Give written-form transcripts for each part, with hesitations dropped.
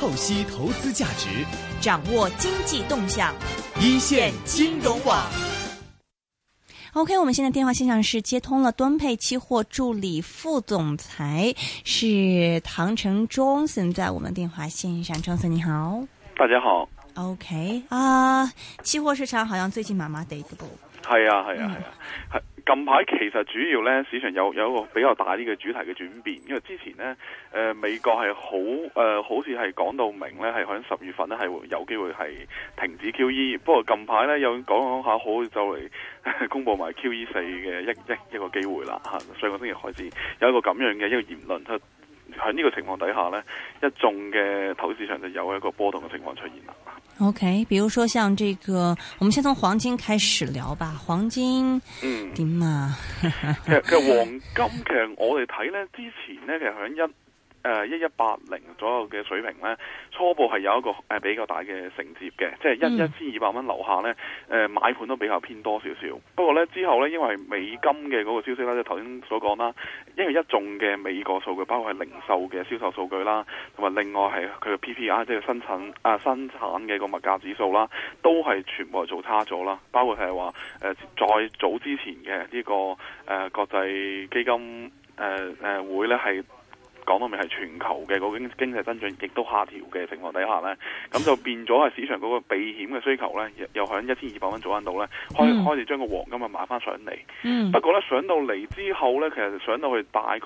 透析投资价值， 掌握经济动向， 一线金融网。 OK， 我们现在电话线上是接通了敦沛期货助理副总裁是唐成忠森，在我们电话线上。忠森你好。 大家好。 OK 期貨市場好像最近麻麻地嘅噃。係啊。 近排其實主要咧市場有一個比較大啲嘅主題嘅轉變，因為之前咧美國係好似係講到明咧係喺10月份咧係有機會係停止 QE， 不過近排咧有講下好就嚟公佈埋 QE 4嘅一個機會啦嚇，上個星期開始有一個咁樣嘅一個言論，喺呢個情況底下呢，一眾嘅投資市場就有一個波動嘅情況出現啦。 OK， 比如說像這個，我們先從黃金開始聊吧。黃金點啊？ 其實黃金其實我哋睇呢，之前呢，其實喺1180左右嘅水平呢，初步係有一個比較大嘅承接嘅，即係1200蚊樓下呢，買盤都比較偏多少少。不過呢，之後呢，因為美金嘅嗰個消息啦，即係頭先所講啦，因為一眾嘅美國數據，包括係零售嘅銷售數據啦，同埋另外係佢嘅 PPI， 即係生產嘅個物價指數啦，都係全部係做差咗啦。包括係話再早之前嘅呢個國際基金會呢係講到明係全球嘅嗰個經濟增長亦都下調嘅情況底下呢，咁就變咗係市場嗰個避險嘅需求呢，又喺1200蚊左右度呢，開始將個黃金啊買翻上嚟。不過呢，上到嚟之後呢，其實上到去大概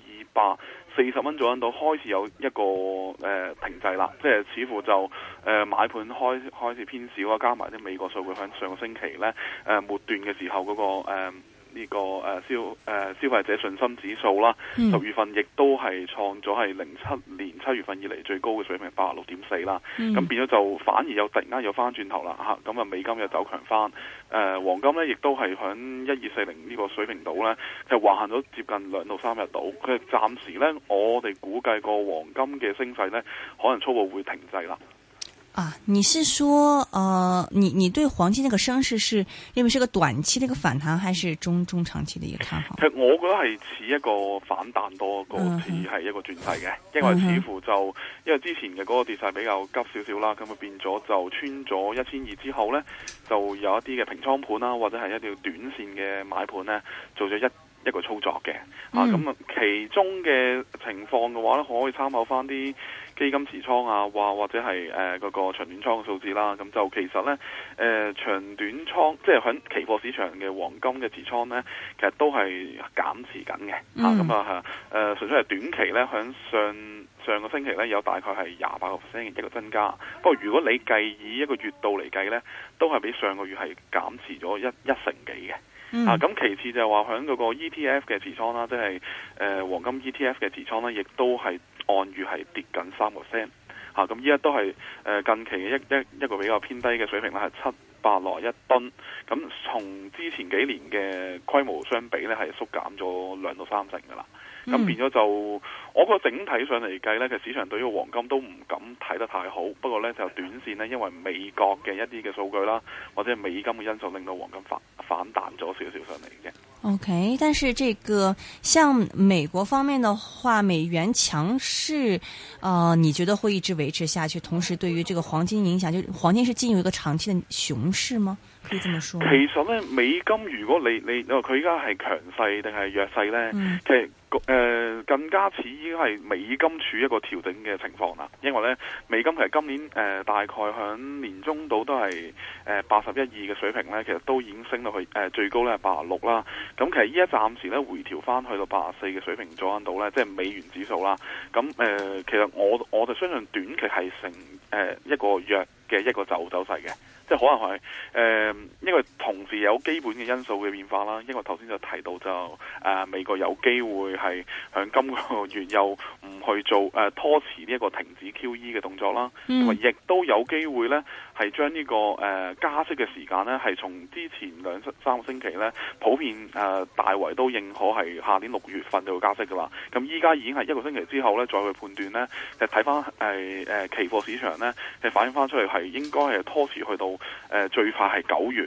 1240蚊左右度開始有一個停滯啦，即係似乎就買盤開始偏少啊，加埋啲美國數據喺上個星期呢末段嘅時候嗰個呢個消費者信心指數啦，10月份亦都係創咗係07年7月份以嚟最高嘅水平86.4啦，咁變咗就反而又突然間又翻轉頭啦嚇，咁美金又走強翻，黃金咧亦都係響1240呢個水平度咧，就橫行咗接近2到3日度，佢暫時咧我哋估計個黃金嘅升勢咧，可能初步會停滯啦。 你是說你對黃金那個升勢是認為是個短期的一個反彈，還是中長期的一個看好？ 其實我覺得係似一個反彈多過似係一個轉勢嘅，因為似乎就因為之前嘅嗰個跌勢比較急少少啦，咁啊變咗就穿咗1200之後呢，就有一啲嘅平倉盤啦，或者係一條短線嘅買盤呢，做咗一個操作嘅，咁其中嘅情況嘅話咧，可以參考翻啲基金持倉啊，或者係嗰個長短倉嘅數字啦。咁就其實咧，長短倉即係喺期貨市場嘅黃金嘅持倉咧，其實都係減持緊嘅。純粹係短期咧，喺上個星期咧有大概係28%嘅一個增加。不過如果你計以一個月度嚟計咧，都係比上個月係減持咗一成幾嘅。咁其次就係話喺嗰個 ETF 嘅持倉啦，即係黃金 ETF 嘅持倉咧，亦都係按月係跌緊3%。咁依家都係近期嘅一個比較偏低嘅水平啦，係700來一噸。咁從之前幾年嘅規模相比咧，係縮減咗2到3成噶啦。咁變咗就，我覺得整體上嚟計呢，其實市場對於黃金都唔敢睇得太好。不過呢，就短線呢，因為美國嘅一啲嘅數據啦，或者係美金嘅因素，令到黃金反彈咗少少上嚟嘅。 OK， 但是這個像美國方面的話，美元強勢，你覺得會一直維持下去？同時，對於這個黃金影響，就黃金是進入一個長期的熊市嗎？可以這麼說？ 其實呢，美金如果你佢依家係強勢定係弱勢呢？其實更加似已經係美金處一個調整嘅情況啦。因為呢，美金其實今年大概響年中度都係81.2嘅水平呢，其實都已經升到去最高呢係86啦。咁其實依家暫時咧回調翻去到84嘅水平左右度咧，即係美元指數啦。咁其實我就相信短期係成一個弱嘅一個走勢嘅，即係可能係因為同時有基本嘅因素嘅變化啦。因為頭先就提到就美國有機會係響今個月又唔去做拖遲呢一個停止 QE 嘅動作啦，同埋亦都有機會咧係將呢個加息嘅時間咧係從之前2-3個星期咧普遍大圍都認可係下年6月份就會加息噶啦。咁依家已經係1個星期之後咧再去判斷咧，就睇翻期貨市場咧係反映翻出嚟係應該係拖遲去到最快係9月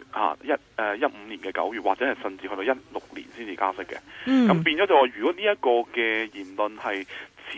15年嘅9月，或者係甚至去到16年先至加息嘅。咁變咗就話，如果呢一個嘅言論係持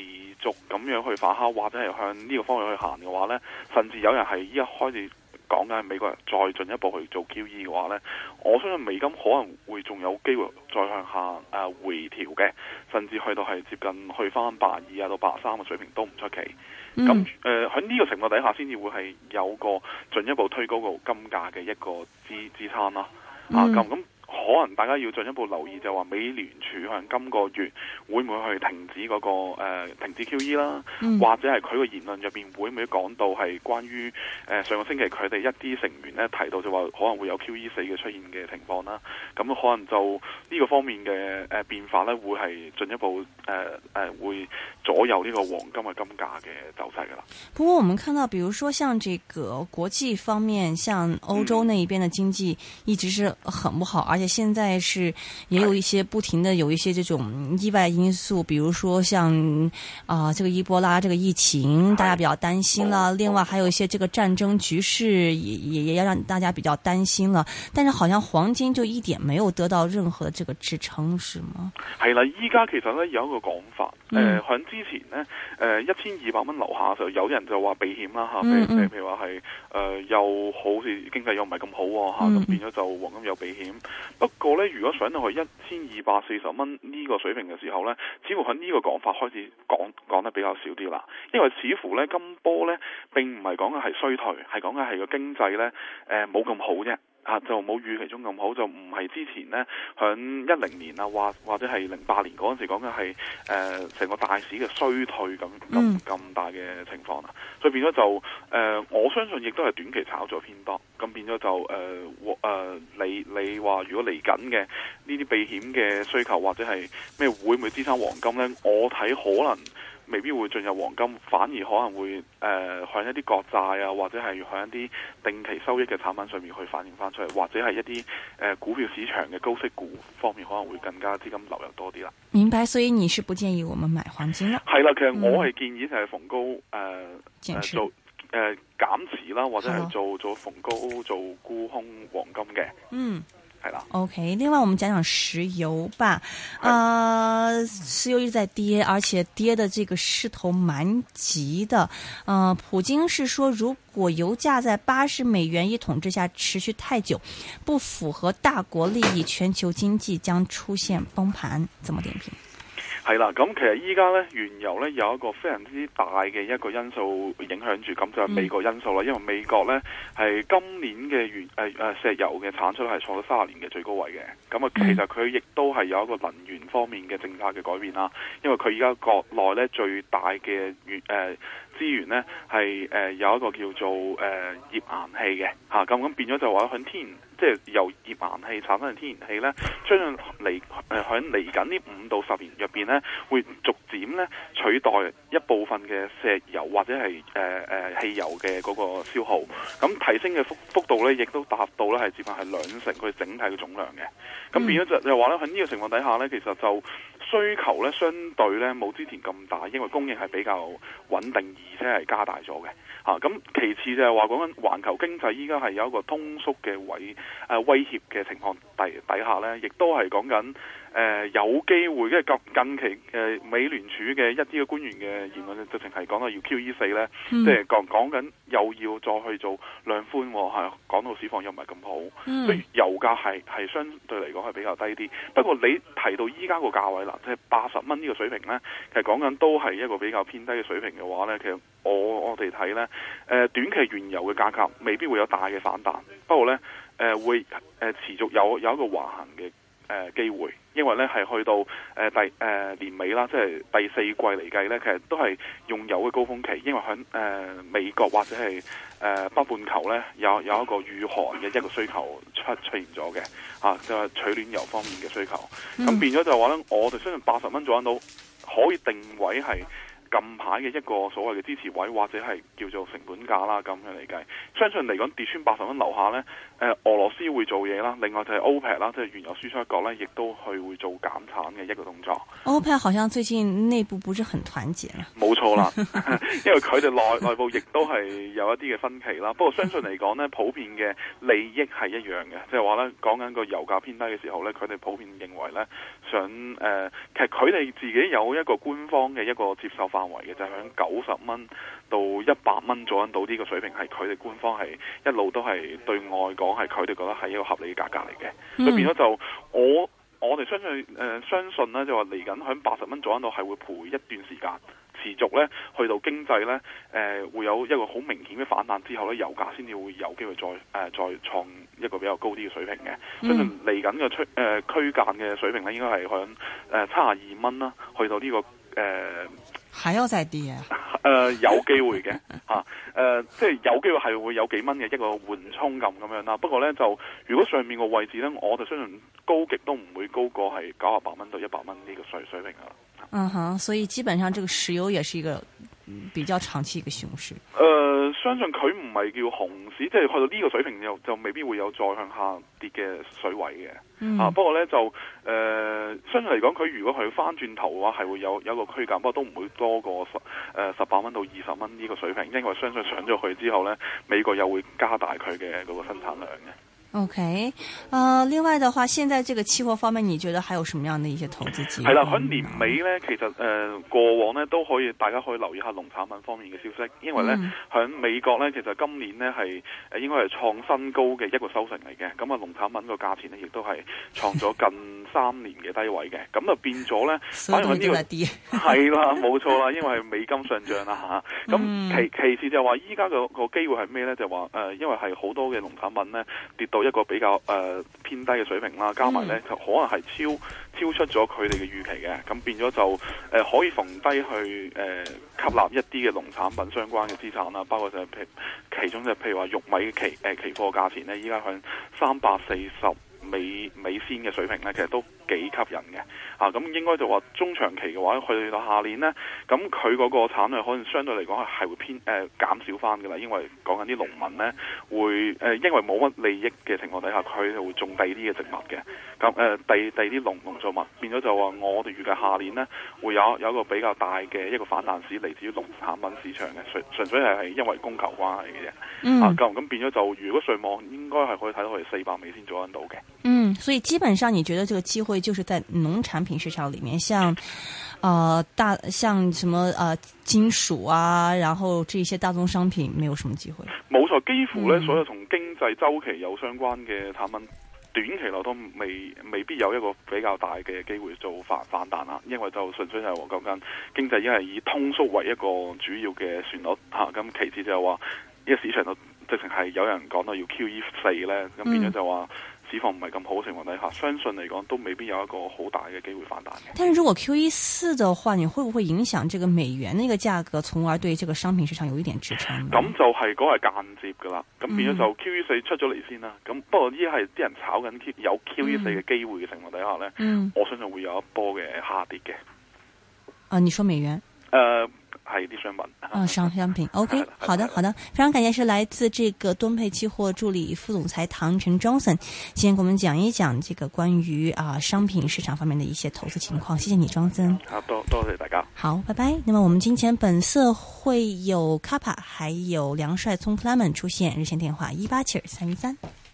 續咁樣去發酵，或者係向呢個方向去行嘅話呢，甚至有人係依家開始講緊美國人再進一步去做 QE 嘅話呢，我相信美金可能會仲有機會再向下回調嘅，甚至去到係接近去翻82啊到83嘅水平都唔出奇。咁喺呢個情況底下，先至會係有個進一步推高個金價嘅一個支撐啦。咁可能大家要進一步留意就話美聯儲可能今個月會唔會去停止嗰個停止 QE 啦，或者係佢個言論入邊會唔會講到係關於上個星期佢哋一啲成員咧提到就話可能會有 QE4嘅出現嘅情況啦，咁可能就呢個方面嘅變化咧會係進一步會左右呢個黃金嘅金價嘅走勢噶啦。 不過我們看到，比如說像這個國際方面，像歐洲那一邊的經濟一直是很不好，而且現在是也有一些不停的有一些這種意外因素，比如說像這個伊波拉這個疫情，大家比較擔心了。另外還有一些這個戰爭局勢也要讓大家比較擔心了。但是好像黃金就一點沒有得到任何這個支撐，是嗎？係啦， 依家其實咧有一個講法，響之前呢，1200蚊樓下嘅時候，有人就話避險啦嚇，譬如話係又好似經濟又唔係咁好嚇，咁變咗就黃金有避險。不過咧，如果上到去1240蚊呢個水平嘅時候咧，似乎喺呢個講法開始講得比較少啲啦，因為似乎咧金波咧並唔係講嘅係衰退，係講嘅係個經濟咧冇咁好啫。就冇預期中咁好，就唔係之前呢，響10年啊，或者係08年嗰陣時講嘅係成個大市嘅衰退咁大嘅情況啦。所以變咗就我相信亦都係短期炒作偏多，咁變咗就你話如果嚟緊嘅呢啲避險嘅需求或者係咩會唔會支撐黃金呢？我睇可能未必會進入黃金，反而可能會向一啲國債啊，或者係向一啲定期收益嘅產品上面去反映翻出嚟，或者係一啲股票市場嘅高息股方面可能會更加資金流入多啲啦。 明白，所以你是不建議我們買黃金啦？ 係啦，其實我係建議係逢高做減持啦，或者係做逢高做沽空黃金嘅。 OK， 另外我們講講石油吧。石油一直在跌，而且跌的這個勢頭蠻急的。普京是說，如果油價在$80一桶之下持續太久，不符合大國利益，全球經濟將出現崩盤。怎麼點評？ 係啦，咁其實依家咧原油咧有一個非常之大嘅一個因素影響住，咁就係美國因素啦。因為美國咧係今年嘅石油嘅產出係創咗30年嘅最高位嘅，咁啊其實佢亦都係有一個能源方面嘅政策嘅改變啦。因為佢而家國內咧最大嘅資源咧係有一個叫做頁岩氣嘅嚇，咁變咗就話喺即係由頁岩氣產生嘅天然氣咧，將嚟喺嚟緊呢5到10年入邊咧，會逐漸咧取代一部分嘅石油或者係汽油嘅嗰個消耗，咁提升嘅幅度咧，亦都達到咧係接近係2成佢整體嘅總量嘅。咁變咗就話咧喺呢個情況底下咧，其實就需求咧相對咧冇之前咁大，因為供應係比較穩定，而且係加大咗嘅。咁其次就係話講緊環球經濟依家係有一個通縮嘅威脅嘅情況底下咧，亦都係講緊有機會，因為近期美聯儲嘅一啲嘅官員嘅言論直情係講到要 QE4 咧，即係講緊又要再去做量寬，係講到市況又唔係咁好，所以油價係相對嚟講係比較低啲。不過你提到依家個價位啦，即係80蚊呢個水平咧，其實講緊都係一個比較偏低嘅水平嘅話咧，其實我哋睇咧，短期原油嘅價格未必會有大嘅反彈，不過咧會持續有一個橫行嘅機會，因為咧係去到年尾啦，即係第4季嚟計咧，其實都係用油嘅高峰期，因為喺美國或者係北半球咧有一個御寒嘅一個需求出現咗嘅，就係取暖油方面嘅需求，咁變咗就話咧，我哋相信80蚊左右到可以定位係近排嘅一個所謂嘅支持位，或者係叫做成本價啦，咁樣嚟計，相信嚟講跌穿80蚊樓下呢，俄羅斯會做嘢啦，另外就係 OPEC 啦，即係原油輸出國呢，亦都會做減產嘅一個動作。 OPEC 好像最近內部不是很團結啦。 冇錯啦，因為佢哋內部亦都係有一啲嘅分歧啦。不過相信嚟講呢，普遍嘅利益係一樣嘅，即係話呢，講緊個油價偏低嘅時候呢，佢哋普遍認為呢，其實佢哋自己有一個官方嘅一個接受法。 範圍嘅，就係響90蚊到100蚊左右到呢個水平，係佢哋官方係一路都係對外講係佢哋覺得係一個合理嘅價格嚟嘅，所以變咗就我哋相信咧，就話嚟緊響80蚊左右度係會陪一段時間。持續咧，去到經濟咧，會有一個好明顯嘅反彈之後咧，油價先至會有機會再創一個比較高啲嘅水平嘅。相信嚟緊嘅區間嘅水平咧，應該係響72蚊啦，去到呢個還要再低啊？ 有機會嘅嚇，即係有機會係會有幾蚊嘅一個緩衝咁樣啦。不過咧，就如果上面個位置咧，我就相信高極都唔會高過係98蚊到100蚊呢個水平啊。 嗯哼，所以基本上這個石油也是一個比較長期一個熊市。 相信佢唔係叫熊市，即係去到呢個水平就未必會有再向下跌嘅水位嘅。不過咧就相信嚟講，佢如果佢翻轉頭嘅話，係會有一個區間，不過都唔會多過18蚊到20蚊呢個水平，因為相信上咗去之後咧，美國又會加大佢嘅嗰個生產量嘅。 OK，另外的話，現在這個期貨方面，你覺得還有什麼樣的一些投資機會？ 係啦，喺年尾咧，其實過往咧都可以，大家可以留意下農產品方面嘅消息，因為咧喺美國咧，其實今年咧係應該係創新高嘅一個收成嚟嘅。咁啊，農產品個價錢咧亦都係創咗近3年嘅低位嘅。咁就變咗咧，反而呢個係啦，冇錯啦，因為係美金上漲啦嚇。咁其次就話依家個機會係咩咧？就話因為係好多嘅農產品咧跌到一個比較偏低嘅水平啦，加埋咧就可能係超出咗佢哋嘅預期嘅，咁變咗就可以逢低去吸納一啲嘅農產品相關嘅資產啦，包括就係其中就譬如話玉米嘅期貨價錢咧，依家向340美仙嘅水平咧，其實都幾吸引嘅。咁應該就話中長期嘅話，去到下年呢，咁佢嗰個產量可能相對嚟講係會偏減少翻嘅啦，因為講緊啲農民呢，會因為冇乜利益嘅情況底下，佢係會種第啲嘅植物嘅，咁第啲農作物變咗就話，我哋預計下年呢，會有一個比較大嘅一個反彈市嚟自於農產品市場嘅，純粹係因為供求關係嘅啫。咁變咗就如果上網應該係可以睇到係400美仙左右到嘅。 所以基本上你覺得這個機會就是在農產品市場裏面，像什麼金屬啊，然後這些大宗商品沒有什麼機會。 冇錯，幾乎咧所有同經濟周期有相關嘅產品，短期內都未必有一個比較大嘅機會做反彈啦，因為就純粹係講緊經濟已經係以通縮為一個主要嘅旋律嚇，咁其次就係話呢個市場度直情係有人講到要 QE4 咧，咁變咗就話市況唔係咁好嘅情況底下，相信嚟講都未必有一個好大嘅機會反彈嘅。 但是如果 QE4 的話，你會不會影響這個美元那個價格，從而對這個商品市場有一點支撐？ 咁就係嗰係間接噶啦，咁變咗就 QE4 出咗嚟先啦。咁不過呢係啲人炒緊有 QE4 嘅機會嘅情況底下咧，我相信會有一波嘅下跌嘅。 你說美元？ 係啲商品商品 OK 好的，非常感謝是來自這個敦沛期貨助理副總裁唐晨 Johnson， 今天給我們講一講這個關於商品市場方面的一些投資情況。謝謝你 Johnson。 好，多謝大家。 好，拜拜。那麼我們金錢本色會有 Kappa 還有梁帥聰 Clement 出現，熱線電話1872313。